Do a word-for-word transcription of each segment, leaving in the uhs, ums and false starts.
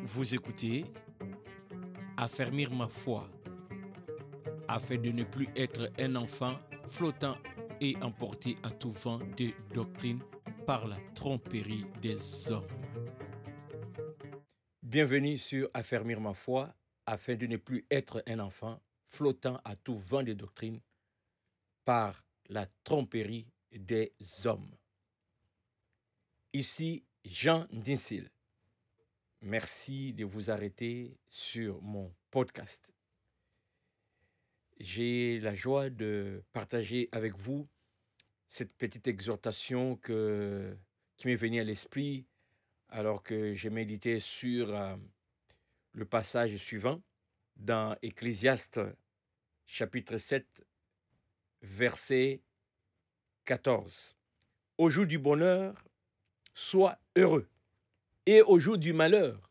Vous écoutez Affermir ma foi, afin de ne plus être un enfant flottant et emporté à tout vent de doctrine par la tromperie des hommes. Bienvenue sur Affermir ma foi, afin de ne plus être un enfant flottant à tout vent de doctrine par la tromperie des hommes. Ici Jean Dinsil. Merci de vous arrêter sur mon podcast. J'ai la joie de partager avec vous cette petite exhortation que, qui m'est venue à l'esprit alors que j'ai médité sur euh, le passage suivant dans Ecclésiaste chapitre sept, verset quatorze. Au jour du bonheur, sois heureux, et au jour du malheur,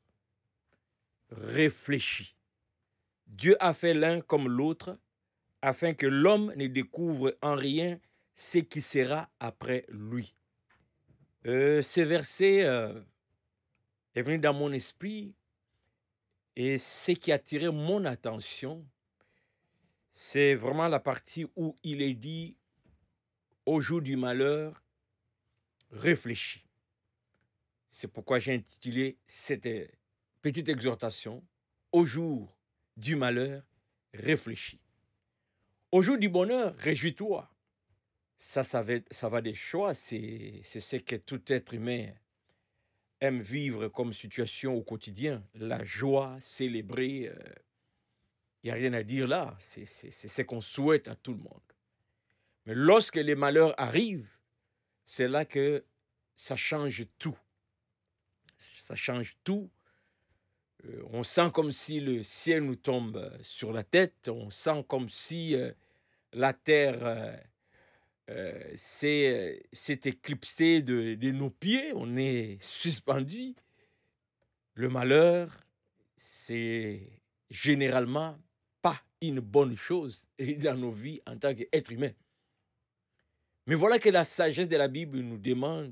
réfléchis. Dieu a fait l'un comme l'autre, afin que l'homme ne découvre en rien ce qui sera après lui. Euh, ce verset euh, est venu dans mon esprit et ce qui a attiré mon attention, c'est vraiment la partie où il est dit « Au jour du malheur, réfléchis ». C'est pourquoi j'ai intitulé cette petite exhortation « Au jour du malheur, réfléchis ». Au jour du bonheur, réjouis-toi. Ça, ça va, ça va des choix, c'est, c'est ce que tout être humain aime vivre comme situation au quotidien. La joie, célébrer, il euh, n'y a rien à dire là, c'est, c'est, c'est ce qu'on souhaite à tout le monde. Mais lorsque les malheurs arrivent, c'est là que ça change tout. Ça change tout. Euh, on sent comme si le ciel nous tombe sur la tête, on sent comme si euh, la terre... Euh, Euh, c'est, c'est éclipsé de, de nos pieds, on est suspendu. Le malheur, c'est généralement pas une bonne chose dans nos vies en tant qu'être humain. Mais voilà que la sagesse de la Bible nous demande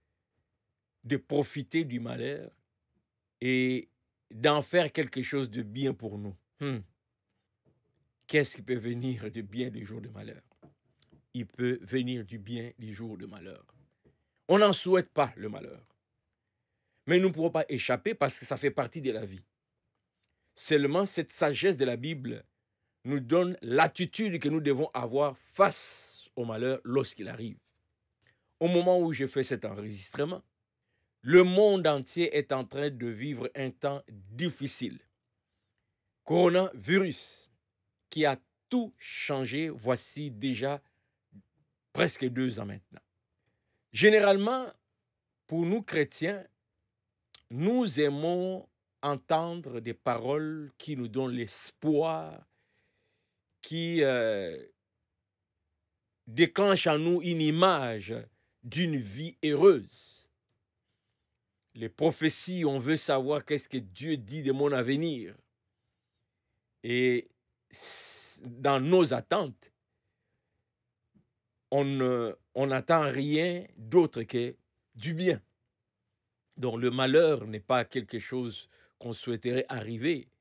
de profiter du malheur et d'en faire quelque chose de bien pour nous. Hmm. Qu'est-ce qui peut venir de bien des jours de malheur? Il peut venir du bien des jours de malheur. On n'en souhaite pas le malheur. Mais nous ne pourrons pas échapper parce que ça fait partie de la vie. Seulement, cette sagesse de la Bible nous donne l'attitude que nous devons avoir face au malheur lorsqu'il arrive. Au moment où je fais cet enregistrement, le monde entier est en train de vivre un temps difficile. Coronavirus, qui a tout changé, voici déjà presque deux ans maintenant. Généralement, pour nous chrétiens, nous aimons entendre des paroles qui nous donnent l'espoir, qui euh, déclenchent en nous une image d'une vie heureuse. Les prophéties, on veut savoir qu'est-ce que Dieu dit de mon avenir. Et dans nos attentes, on n'attend rien d'autre que du bien. Donc le malheur n'est pas quelque chose qu'on souhaiterait arriver.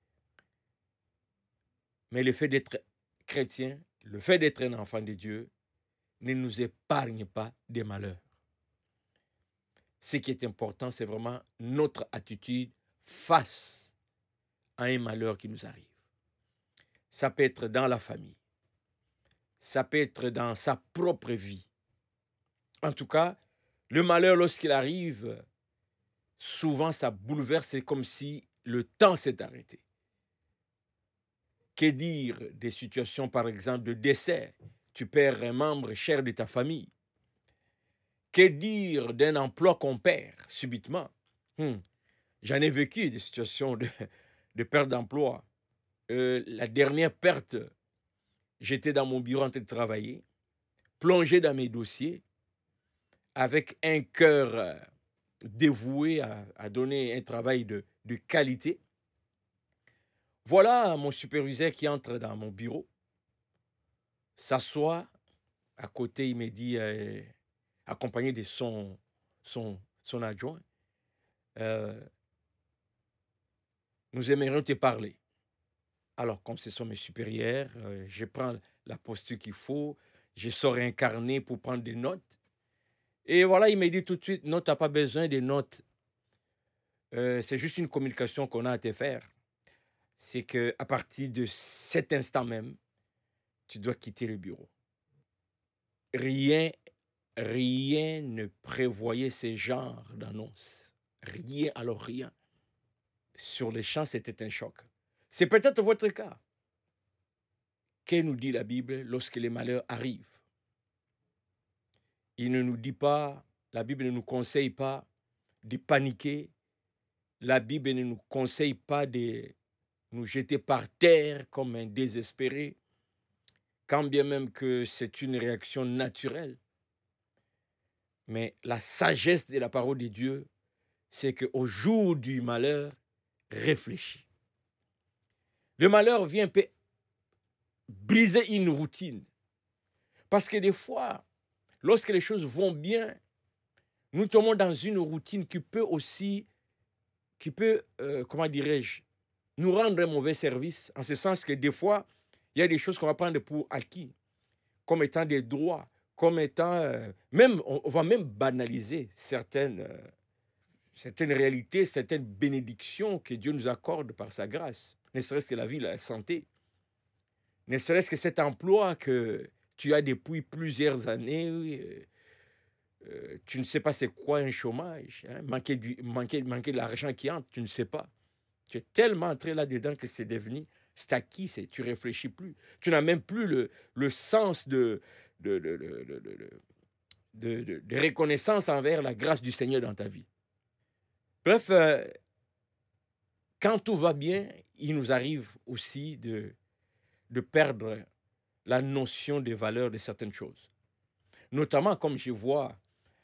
Mais le fait d'être chrétien, le fait d'être un enfant de Dieu, ne nous épargne pas des malheurs. Ce qui est important, c'est vraiment notre attitude face à un malheur qui nous arrive. Ça peut être dans la famille. Ça peut être dans sa propre vie. En tout cas, le malheur, lorsqu'il arrive, souvent ça bouleverse, c'est comme si le temps s'est arrêté. Que dire des situations, par exemple, de décès? Tu perds un membre cher de ta famille. Que dire d'un emploi qu'on perd subitement? hmm. J'en ai vécu des situations de, de perte d'emploi. Euh, la dernière perte, j'étais dans mon bureau en train de travailler, plongé dans mes dossiers, avec un cœur euh, dévoué à, à donner un travail de, de qualité. Voilà mon superviseur qui entre dans mon bureau, s'assoit à côté, il me dit, euh, accompagné de son, son, son adjoint, euh, nous aimerions te parler. Alors, comme ce sont mes supérieurs, euh, je prends la posture qu'il faut, je sors incarné pour prendre des notes. Et voilà, il me dit tout de suite, non, tu n'as pas besoin de notes. Euh, c'est juste une communication qu'on a à te faire. C'est que à partir de cet instant même, tu dois quitter le bureau. Rien, rien ne prévoyait ce genre d'annonce. Rien, alors rien. Sur les champs, c'était un choc. C'est peut-être votre cas. Que nous dit la Bible lorsque les malheurs arrivent? Il ne nous dit pas, la Bible ne nous conseille pas de paniquer. La Bible ne nous conseille pas de nous jeter par terre comme un désespéré, quand bien même que c'est une réaction naturelle. Mais la sagesse de la parole de Dieu, c'est qu'au jour du malheur, réfléchis. Le malheur vient peut briser une routine. Parce que des fois, lorsque les choses vont bien, nous tombons dans une routine qui peut aussi, qui peut, euh, comment dirais-je, nous rendre un mauvais service, en ce sens que des fois, il y a des choses qu'on va prendre pour acquis, comme étant des droits, comme étant, euh, même, on, on va même banaliser certaines, euh, certaines réalités, certaines bénédictions que Dieu nous accorde par sa grâce, ne serait-ce que la vie, la santé, ne serait-ce que cet emploi que tu as depuis plusieurs années, euh, euh, tu ne sais pas c'est quoi un chômage, hein, manquer, du, manquer, manquer de l'argent qui entre, tu ne sais pas. Tu es tellement entré là-dedans que c'est devenu, c'est acquis, c'est, tu ne réfléchis plus. Tu n'as même plus le, le sens de, de, de, de, de, de, de, de- de reconnaissance envers la grâce du Seigneur dans ta vie. Bref, euh, quand tout va bien, il nous arrive aussi de, de perdre la notion des valeurs de certaines choses. Notamment, comme je vois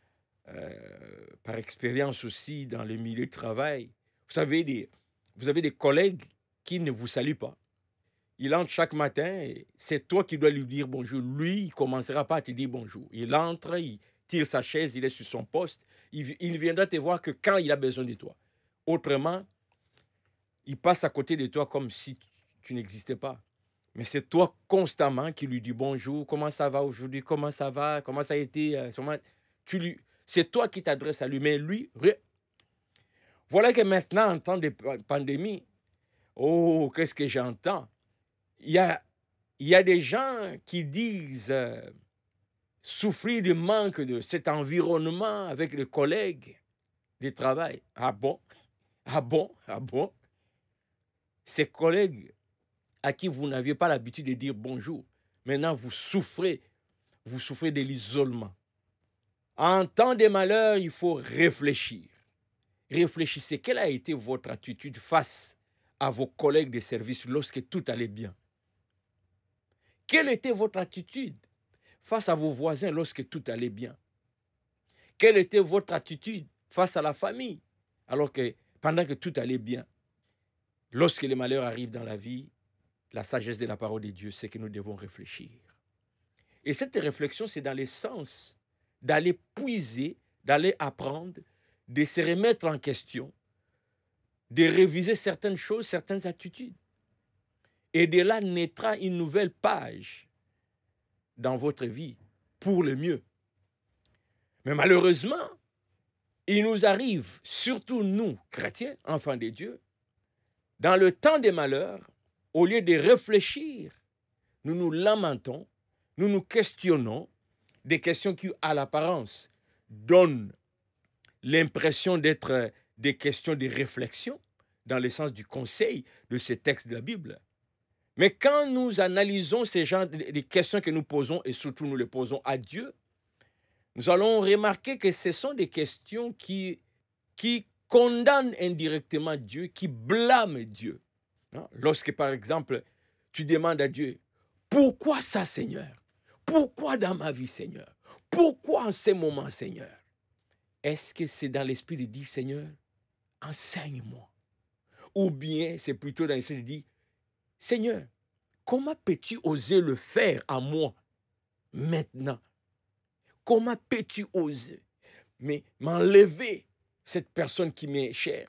euh, par expérience aussi dans le milieu de travail, vous savez, des, vous avez des collègues qui ne vous saluent pas. Il entre chaque matin et c'est toi qui dois lui dire bonjour. Lui, il ne commencera pas à te dire bonjour. Il entre, il tire sa chaise, il est sur son poste. Il, il ne viendra te voir que quand il a besoin de toi. Autrement, il passe à côté de toi comme si tu, tu n'existais pas. Mais c'est toi constamment qui lui dis bonjour, comment ça va aujourd'hui, comment ça va, comment ça a été. euh, ce moment. Tu lui, c'est toi qui t'adresses à lui, mais lui, rien. Voilà que maintenant, en temps de pa- pandémie, oh, qu'est-ce que j'entends? Il y a, il y a des gens qui disent euh, souffrir du manque de cet environnement avec les collègues de travail. Ah bon? Ah bon? Ah bon? Ces collègues à qui vous n'aviez pas l'habitude de dire bonjour, maintenant vous souffrez, vous souffrez de l'isolement. En temps de malheur, il faut réfléchir. Réfléchissez, quelle a été votre attitude face à vos collègues de service lorsque tout allait bien? Quelle était votre attitude face à vos voisins lorsque tout allait bien? Quelle était votre attitude face à la famille alors que pendant que tout allait bien? Lorsque les malheurs arrivent dans la vie, la sagesse de la parole de Dieu, c'est que nous devons réfléchir. Et cette réflexion, c'est dans le sens d'aller puiser, d'aller apprendre, de se remettre en question, de réviser certaines choses, certaines attitudes. Et de là naîtra une nouvelle page dans votre vie pour le mieux. Mais malheureusement, il nous arrive, surtout nous, chrétiens, enfants de Dieu, dans le temps des malheurs, au lieu de réfléchir, nous nous lamentons, nous nous questionnons, des questions qui, à l'apparence, donnent l'impression d'être des questions de réflexion, dans le sens du conseil de ces textes de la Bible. Mais quand nous analysons ces genres de questions que nous posons, et surtout nous les posons à Dieu, nous allons remarquer que ce sont des questions qui, qui condamnent indirectement Dieu, qui blâment Dieu. Lorsque, par exemple, tu demandes à Dieu, pourquoi ça, Seigneur? Pourquoi dans ma vie, Seigneur? Pourquoi en ces moments, Seigneur? Est-ce que c'est dans l'esprit de dire, Seigneur, enseigne-moi? Ou bien c'est plutôt dans l'esprit de dire, Seigneur, comment peux-tu oser le faire à moi maintenant? Comment peux-tu oser mais m'enlever cette personne qui m'est chère,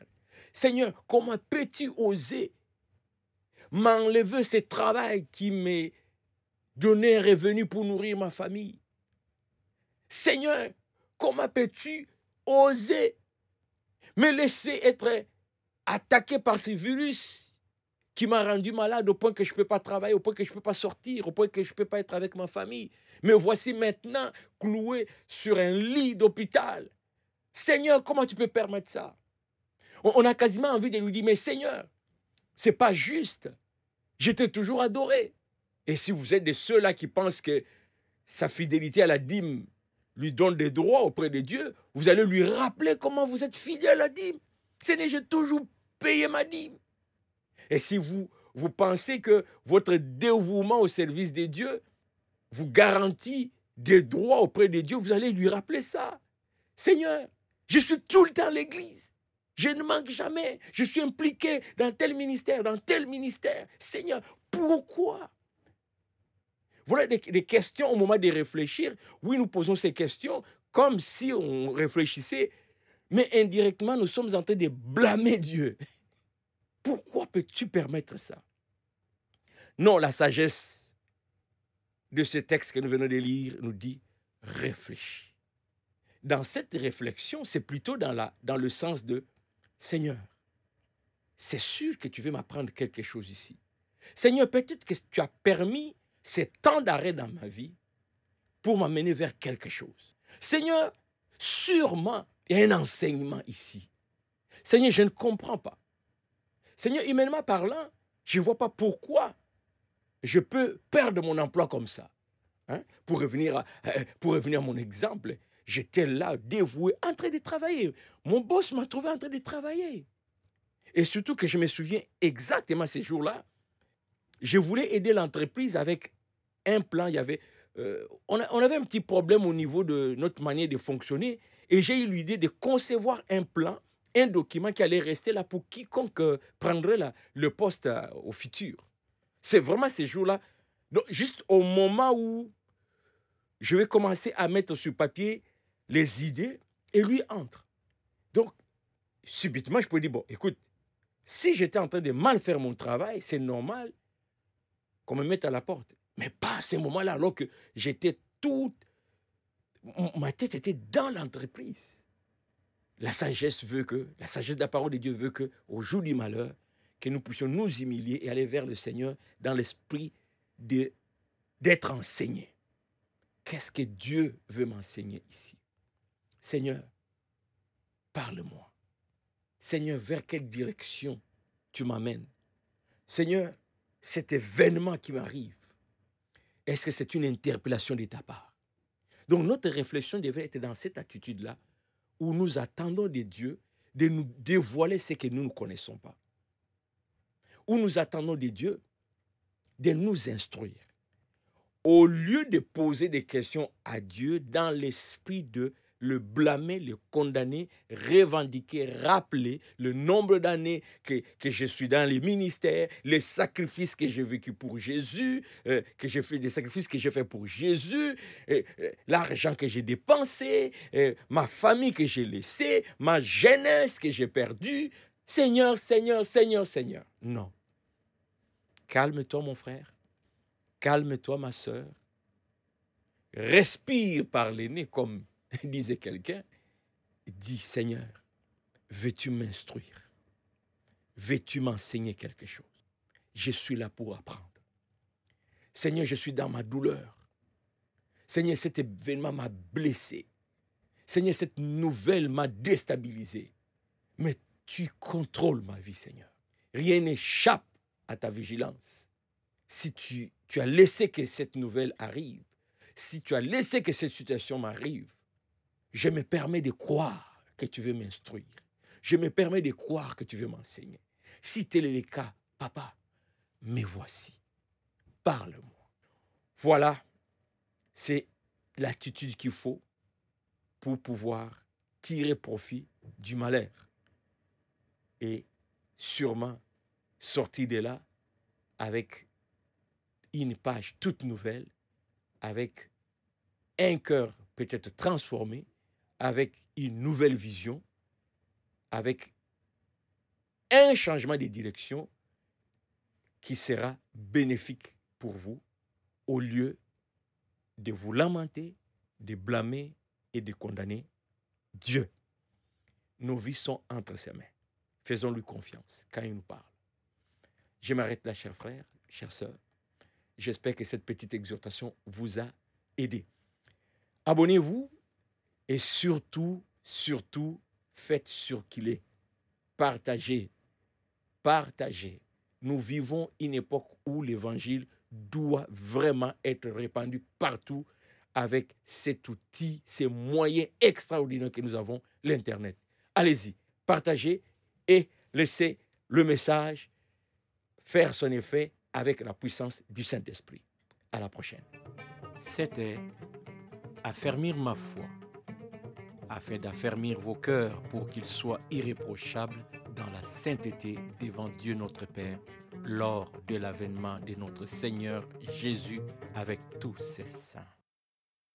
Seigneur, comment peux-tu oser m'enlever ce travail qui m'est donné un revenu pour nourrir ma famille? Seigneur, comment peux-tu oser me laisser être attaqué par ce virus qui m'a rendu malade au point que je ne peux pas travailler, au point que je ne peux pas sortir, au point que je ne peux pas être avec ma famille. Me voici maintenant cloué sur un lit d'hôpital. Seigneur, comment tu peux permettre ça? On, on a quasiment envie de lui dire, mais Seigneur, ce n'est pas juste. Je t'ai toujours adoré. Et si vous êtes de ceux-là qui pensent que sa fidélité à la dîme lui donne des droits auprès de Dieu, vous allez lui rappeler comment vous êtes fidèle à la dîme. Seigneur, j'ai toujours payé ma dîme. Et si vous, vous pensez que votre dévouement au service de Dieu vous garantit des droits auprès de Dieu, vous allez lui rappeler ça. Seigneur, je suis tout le temps à l'église. Je ne manque jamais. Je suis impliqué dans tel ministère, dans tel ministère. Seigneur, pourquoi? Voilà des, des questions au moment de réfléchir. Oui, nous posons ces questions comme si on réfléchissait, mais indirectement, nous sommes en train de blâmer Dieu. Pourquoi peux-tu permettre ça? Non, la sagesse de ce texte que nous venons de lire nous dit « réfléchis ». Dans cette réflexion, c'est plutôt dans, la, dans le sens de « Seigneur, c'est sûr que tu veux m'apprendre quelque chose ici. Seigneur, peut-être que tu as permis ces temps d'arrêt dans ma vie pour m'amener vers quelque chose. Seigneur, sûrement, il y a un enseignement ici. Seigneur, je ne comprends pas. Seigneur, humainement parlant, je ne vois pas pourquoi je peux perdre mon emploi comme ça. Hein? Pour, revenir à, pour revenir à mon exemple, j'étais là, dévoué, en train de travailler. Mon boss m'a trouvé en train de travailler. Et surtout que je me souviens exactement ces jours-là, je voulais aider l'entreprise avec un plan. Il y avait, euh, on, a, on avait un petit problème au niveau de notre manière de fonctionner. Et j'ai eu l'idée de concevoir un plan, un document qui allait rester là pour quiconque euh, prendrait la, le poste euh, au futur. C'est vraiment ces jours-là. Donc, juste au moment où je vais commencer à mettre sur papier les idées, et lui entre. Donc, subitement, je peux dire, bon, écoute, si j'étais en train de mal faire mon travail, c'est normal qu'on me mette à la porte. Mais pas à ce moment-là, alors que j'étais toute... Ma tête était dans l'entreprise. La sagesse veut que, la sagesse de la parole de Dieu veut que, au jour du malheur, que nous puissions nous humilier et aller vers le Seigneur dans l'esprit de, d'être enseignés. Qu'est-ce que Dieu veut m'enseigner ici? Seigneur, parle-moi. Seigneur, vers quelle direction tu m'amènes? Seigneur, cet événement qui m'arrive, est-ce que c'est une interpellation de ta part? Donc notre réflexion devrait être dans cette attitude-là, où nous attendons de Dieu de nous dévoiler ce que nous ne connaissons pas. Où nous attendons de Dieu de nous instruire. Au lieu de poser des questions à Dieu dans l'esprit de le blâmer, le condamner, revendiquer, rappeler le nombre d'années que, que je suis dans les ministères, les sacrifices que j'ai vécus pour Jésus, euh, que j'ai fait des sacrifices que j'ai fait pour Jésus, euh, euh, l'argent que j'ai dépensé, euh, ma famille que j'ai laissée, ma jeunesse que j'ai perdue. Seigneur, Seigneur, Seigneur, Seigneur. Non. Calme-toi, mon frère. Calme-toi, ma sœur. Respire par les nez, comme disait quelqu'un. Dis, Seigneur, veux-tu m'instruire? Veux-tu m'enseigner quelque chose? Je suis là pour apprendre. Seigneur, je suis dans ma douleur. Seigneur, cet événement m'a blessé. Seigneur, cette nouvelle m'a déstabilisé. Mais tu contrôles ma vie, Seigneur. Rien n'échappe à ta vigilance. Si tu, tu as laissé que cette nouvelle arrive, si tu as laissé que cette situation m'arrive, je me permets de croire que tu veux m'instruire. Je me permets de croire que tu veux m'enseigner. Si tel est le cas, papa, me voici. Parle-moi. Voilà, c'est l'attitude qu'il faut pour pouvoir tirer profit du malheur. Et sûrement sortir de là avec une page toute nouvelle, avec un cœur peut-être transformé, avec une nouvelle vision, avec un changement de direction qui sera bénéfique pour vous au lieu de vous lamenter, de blâmer et de condamner Dieu. Nos vies sont entre ses mains. Faisons-lui confiance quand il nous parle. Je m'arrête là, chers frères, chères sœurs. J'espère que cette petite exhortation vous a aidé. Abonnez-vous et surtout, surtout, faites circuler. Partagez. Partagez. Nous vivons une époque où l'évangile doit vraiment être répandu partout avec cet outil, ces moyens extraordinaires que nous avons, l'Internet. Allez-y, partagez et laissez le message faire son effet avec la puissance du Saint-Esprit. À la prochaine. C'était Affermir ma foi, afin d'affermir vos cœurs pour qu'ils soient irréprochables dans la sainteté devant Dieu notre Père, lors de l'avènement de notre Seigneur Jésus avec tous ses saints.